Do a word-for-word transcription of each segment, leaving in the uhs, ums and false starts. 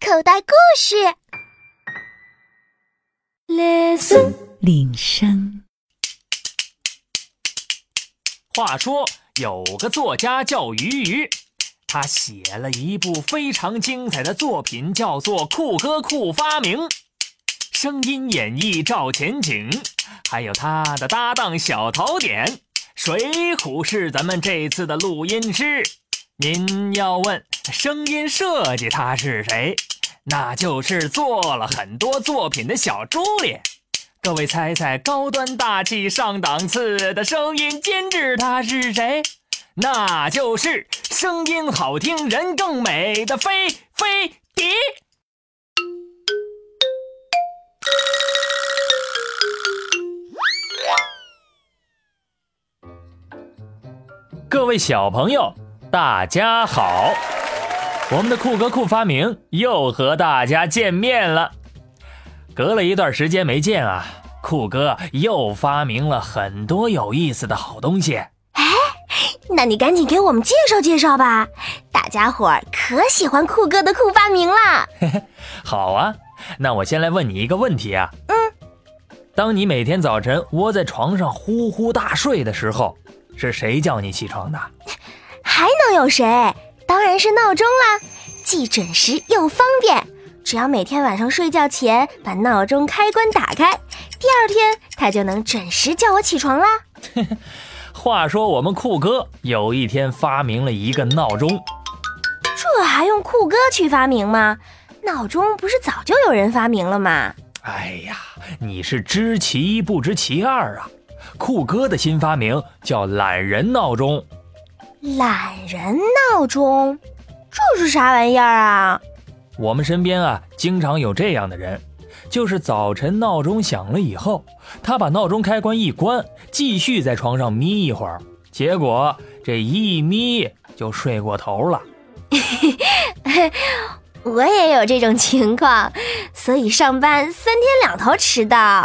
口袋故事。Listen， 铃声。 话说有个作家叫鱼鱼，他写了一部非常精彩的作品，叫做《酷哥酷发明》，声音演绎赵钱景，还有他的搭档小桃点。水虎是咱们这次的录音师。您要问声音设计他是谁，那就是做了很多作品的小朱莉。各位猜猜高端大气上档次的声音监制他是谁？那就是声音好听人更美的飞飞迪。各位小朋友大家好，我们的酷哥酷发明又和大家见面了。隔了一段时间没见啊，酷哥又发明了很多有意思的好东西。 哎，那你赶紧给我们介绍介绍吧，大家伙儿可喜欢酷哥的酷发明啦。 好啊，那我先来问你一个问题啊。 嗯， 当你每天早晨窝在床上呼呼大睡的时候，是谁叫你起床的？ 还能有谁？当然是闹钟啦，既准时又方便。只要每天晚上睡觉前把闹钟开关打开，第二天它就能准时叫我起床啦。 话说我们酷哥有一天发明了一个闹钟。 这还用酷哥去发明吗？闹钟不是早就有人发明了吗？ 哎呀，你是知其一不知其二啊。酷哥的新发明叫懒人闹钟。 懒人闹钟？这是啥玩意儿啊？ 我们身边啊，经常有这样的人，就是早晨闹钟响了以后，他把闹钟开关一关，继续在床上眯一会儿，结果这一眯就睡过头了。 我也有这种情况，所以上班三天两头迟到。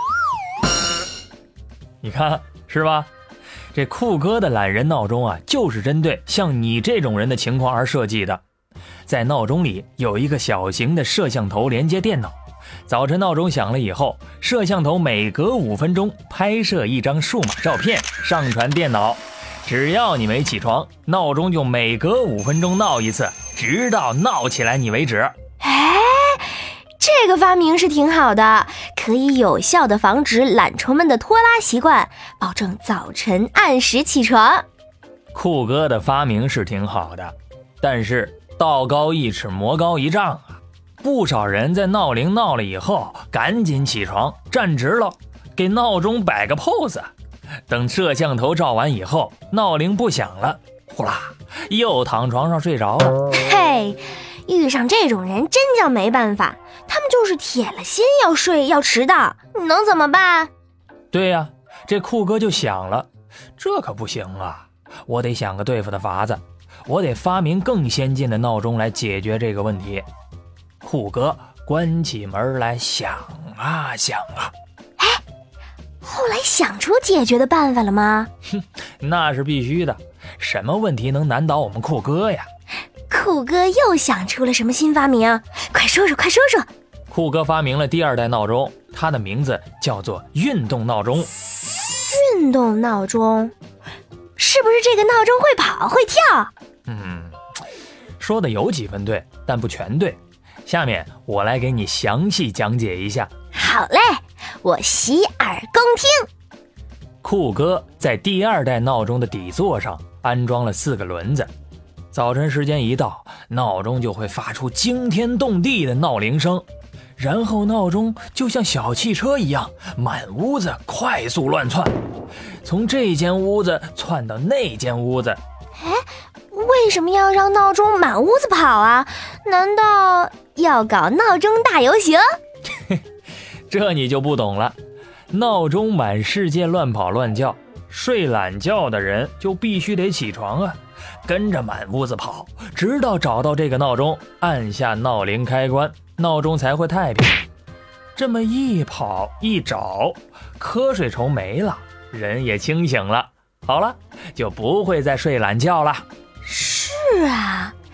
你看是吧？这酷哥的懒人闹钟啊，就是针对像你这种人的情况而设计的。在闹钟里有一个小型的摄像头连接电脑，早晨闹钟响了以后，摄像头每隔五分钟拍摄一张数码照片上传电脑，只要你没起床，闹钟就每隔五分钟闹一次，直到闹起来你为止。 哎，这个发明是挺好的，可以有效地防止懒虫们的拖拉习惯，保证早晨按时起床。 酷哥的发明是挺好的，但是道高一尺魔高一丈啊！不少人在闹铃闹了以后赶紧起床站直了，给闹钟摆个 pose， 等摄像头照完以后，闹铃不响了，呼啦又躺床上睡着了。 嘿，遇上这种人真叫没办法，他们就是铁了心要睡要迟到，你能怎么办？ 对呀、啊，这酷哥就想了，这可不行啊，我得想个对付的法子，我得发明更先进的闹钟来解决这个问题。酷哥关起门来想啊想啊， 哎，后来想出解决的办法了吗？ 哼，那是必须的，什么问题能难倒我们酷哥呀？ 酷哥又想出了什么新发明？快说说快说说。 酷哥发明了第二代闹钟，它的名字叫做运动闹钟。 运动闹钟？是不是这个闹钟会跑会跳？ 嗯，说的有几分对，但不全对。下面我来给你详细讲解一下。 好嘞，我洗耳恭听。 酷哥在第二代闹钟的底座上安装了四个轮子，早晨时间一到，闹钟就会发出惊天动地的闹铃声，然后闹钟就像小汽车一样满屋子快速乱窜，从这间屋子窜到那间屋子。 哎，为什么要让闹钟满屋子跑啊？难道要搞闹钟大游行？ 这你就不懂了。闹钟满世界乱跑乱叫，睡懒觉的人就必须得起床啊，跟着满屋子跑，直到找到这个闹钟，按下闹铃开关，闹钟才会太平。这么一跑一找，瞌睡虫没了，人也清醒了，好了，就不会再睡懒觉了。 是啊，这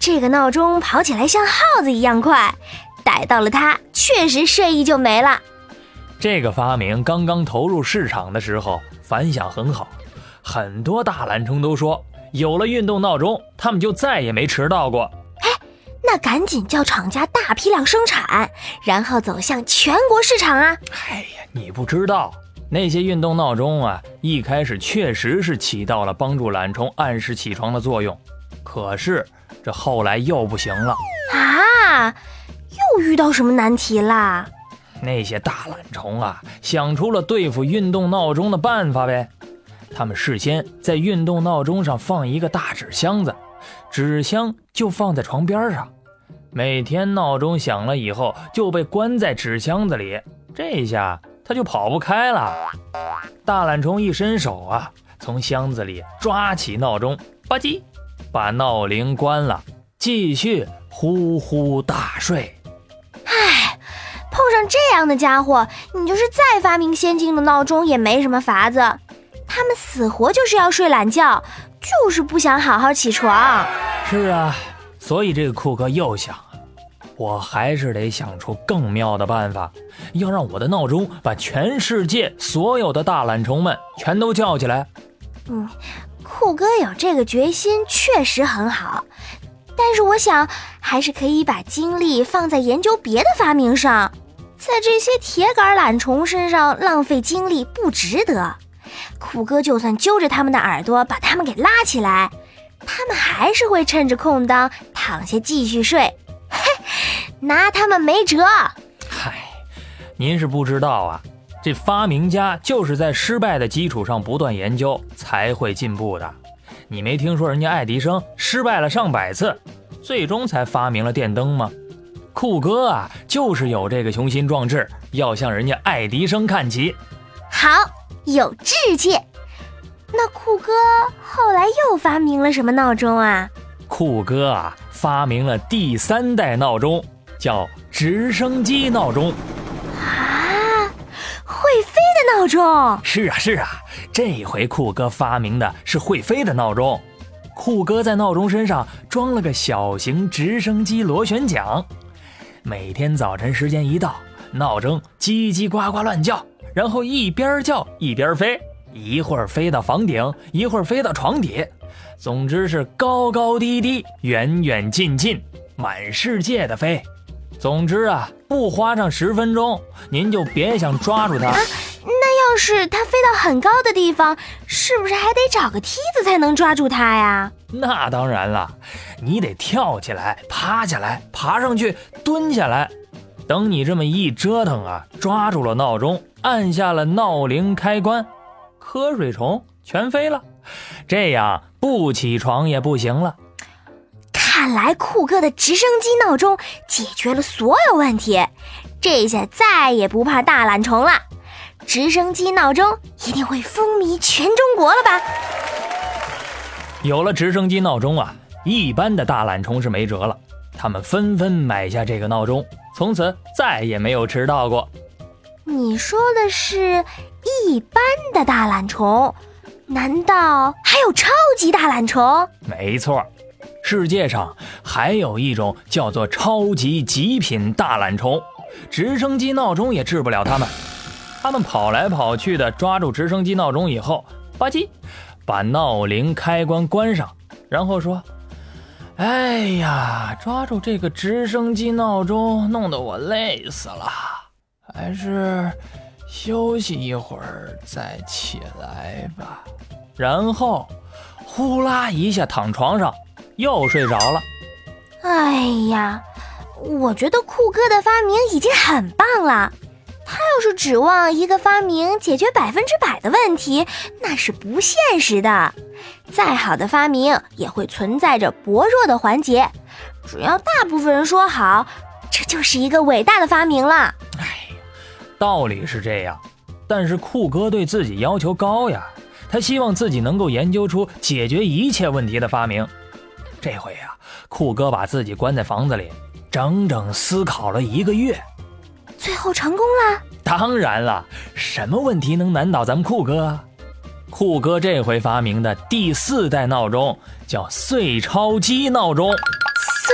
这个闹钟跑起来像耗子一样快，逮到了它，确实睡意就没了。 这个发明刚刚投入市场的时候，反响很好，很多大懒虫都说，有了运动闹钟，他们就再也没迟到过。 哎，那赶紧叫厂家大批量生产，然后走向全国市场啊！ 哎呀，你不知道，那些运动闹钟啊，一开始确实是起到了帮助懒虫按时起床的作用，可是这后来又不行了啊！又遇到什么难题啦？ 那些大懒虫啊，想出了对付运动闹钟的办法呗。他们事先在运动闹钟上放一个大纸箱子，纸箱就放在床边上，每天闹钟响了以后就被关在纸箱子里，这下它就跑不开了。大懒虫一伸手啊，从箱子里抓起闹钟，吧唧，把闹铃关了，继续呼呼大睡。 唉，碰上这样的家伙，你就是再发明先进的闹钟也没什么法子。他们死活就是要睡懒觉，就是不想好好起床。 是啊，所以这个库克又想，我还是得想出更妙的办法，要让我的闹钟把全世界所有的大懒虫们全都叫起来。 嗯，库哥有这个决心确实很好，但是我想还是可以把精力放在研究别的发明上，在这些铁杆懒虫身上浪费精力不值得。库哥就算揪着他们的耳朵把他们给拉起来，他们还是会趁着空当躺下继续睡，嘿，拿他们没辙。 嗨，您是不知道啊，这发明家就是在失败的基础上不断研究才会进步的。你没听说人家爱迪生失败了上百次，最终才发明了电灯吗？库哥啊，就是有这个雄心壮志，要向人家爱迪生看齐。 好，有志气。那库哥后来又发明了什么闹钟啊？ 库哥啊，发明了第三代闹钟，叫直升机闹钟。 啊，会飞的闹钟？ 是啊是啊，这回库哥发明的是会飞的闹钟。库哥在闹钟身上装了个小型直升机螺旋桨，每天早晨时间一到，闹钟叽叽呱呱乱叫，然后一边叫一边飞，一会儿飞到房顶，一会儿飞到床底，总之是高高低低，远远近近，满世界的飞。总之啊，不花上十分钟，您就别想抓住它。 啊，那要是它飞到很高的地方，是不是还得找个梯子才能抓住它呀？ 那当然了，你得跳起来，趴下来，爬上去，蹲下来。等你这么一折腾啊，抓住了闹钟，按下了闹铃开关，瞌睡虫全飞了，这样不起床也不行了。 看来库哥的直升机闹钟解决了所有问题，这下再也不怕大懒虫了。直升机闹钟一定会风靡全中国了吧？ 有了直升机闹钟啊，一般的大懒虫是没辙了，他们纷纷买下这个闹钟，从此再也没有迟到过。 你说的是一般的大懒虫，难道还有超级大懒虫？ 没错，世界上还有一种叫做超级极品大懒虫，直升机闹钟也治不了它们。他们跑来跑去的抓住直升机闹钟以后，吧唧，把闹铃开关关上，然后说：哎呀，抓住这个直升机闹钟弄得我累死了，还是休息一会儿再起来吧。然后呼啦一下躺床上，又睡着了。 哎呀，我觉得库哥的发明已经很棒了。他要是指望一个发明解决百分之百的问题，那是不现实的。再好的发明也会存在着薄弱的环节，只要大部分人说好，这就是一个伟大的发明了。 哎，道理是这样，但是库哥对自己要求高呀，他希望自己能够研究出解决一切问题的发明。这回啊，库哥把自己关在房子里，整整思考了一个月。 最后成功了？ 当然了，什么问题能难倒咱们库哥啊？库哥这回发明的第四代闹钟叫碎钞机闹钟。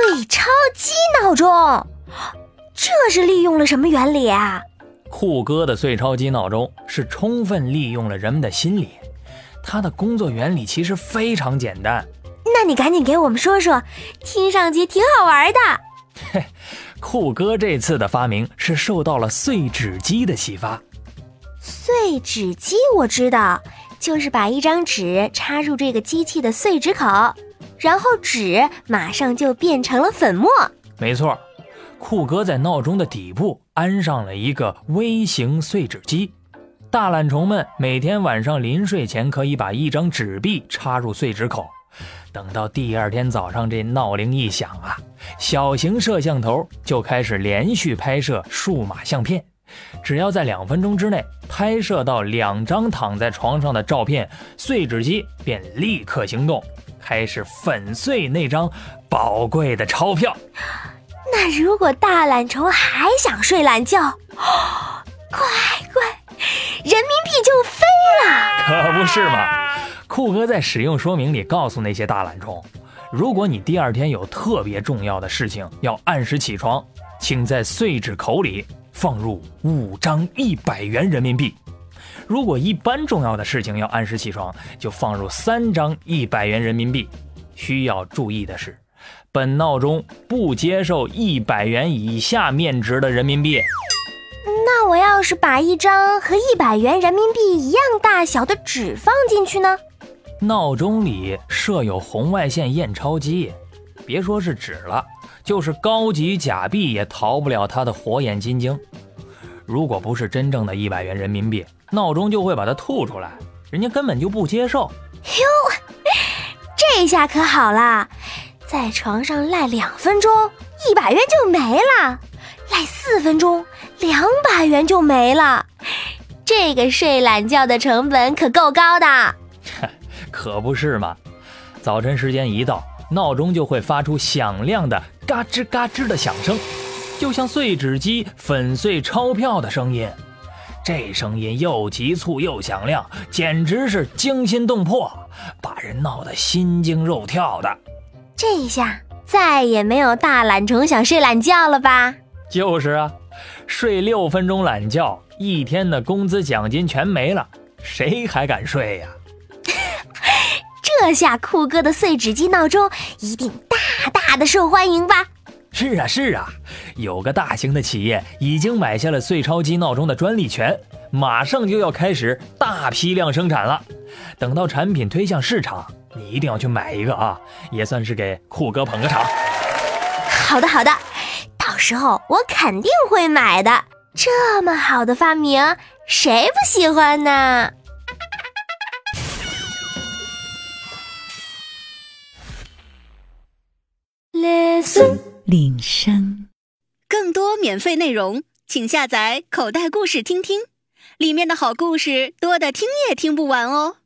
碎钞机闹钟，这是利用了什么原理啊？ 酷哥的碎钞机闹钟是充分利用了人们的心理，它的工作原理其实非常简单。 那你赶紧给我们说说，听上去挺好玩的。 嘿，酷哥这次的发明是受到了碎纸机的启发。 碎纸机我知道，就是把一张纸插入这个机器的碎纸口，然后纸马上就变成了粉末。 没错，酷哥在闹钟的底部安上了一个微型碎纸机，大懒虫们每天晚上临睡前可以把一张纸币插入碎纸口，等到第二天早上这闹铃一响啊，小型摄像头就开始连续拍摄数码相片，只要在两分钟之内拍摄到两张躺在床上的照片，碎纸机便立刻行动，开始粉碎那张宝贵的钞票。 那如果大懒虫还想睡懒觉，哦，乖乖，人民币就飞了。 可不是嘛，酷哥在使用说明里告诉那些大懒虫，如果你第二天有特别重要的事情要按时起床，请在碎纸口里放入五张一百元人民币。如果一般重要的事情要按时起床，就放入三张一百元人民币。需要注意的是，本闹钟不接受一百元以下面值的人民币。 那我要是把一张和一百元人民币一样大小的纸放进去呢？ 闹钟里设有红外线验钞机，别说是纸了，就是高级假币也逃不了它的火眼金睛。如果不是真正的一百元人民币，闹钟就会把它吐出来，人家根本就不接受。 哟，这下可好了，在床上赖两分钟，一百元就没了；赖四分钟，两百元就没了。这个睡懒觉的成本可够高的。 可不是嘛，早晨时间一到，闹钟就会发出响亮的嘎吱嘎吱的响声，就像碎纸机粉碎钞票的声音。这声音又急促又响亮，简直是惊心动魄，把人闹得心惊肉跳的。 这一下再也没有大懒虫想睡懒觉了吧？ 就是啊，睡六分钟懒觉，一天的工资奖金全没了，谁还敢睡呀？ 这下酷哥的碎纸机闹钟一定大大的受欢迎吧？ 是啊是啊，有个大型的企业已经买下了碎钞机闹钟的专利权，马上就要开始大批量生产了。等到产品推向市场，你一定要去买一个啊，也算是给酷哥捧个场。 好的好的，到时候我肯定会买的。这么好的发明，谁不喜欢呢？ 铃声， 更多免费内容，请下载口袋故事听听，里面的好故事多得听也听不完哦。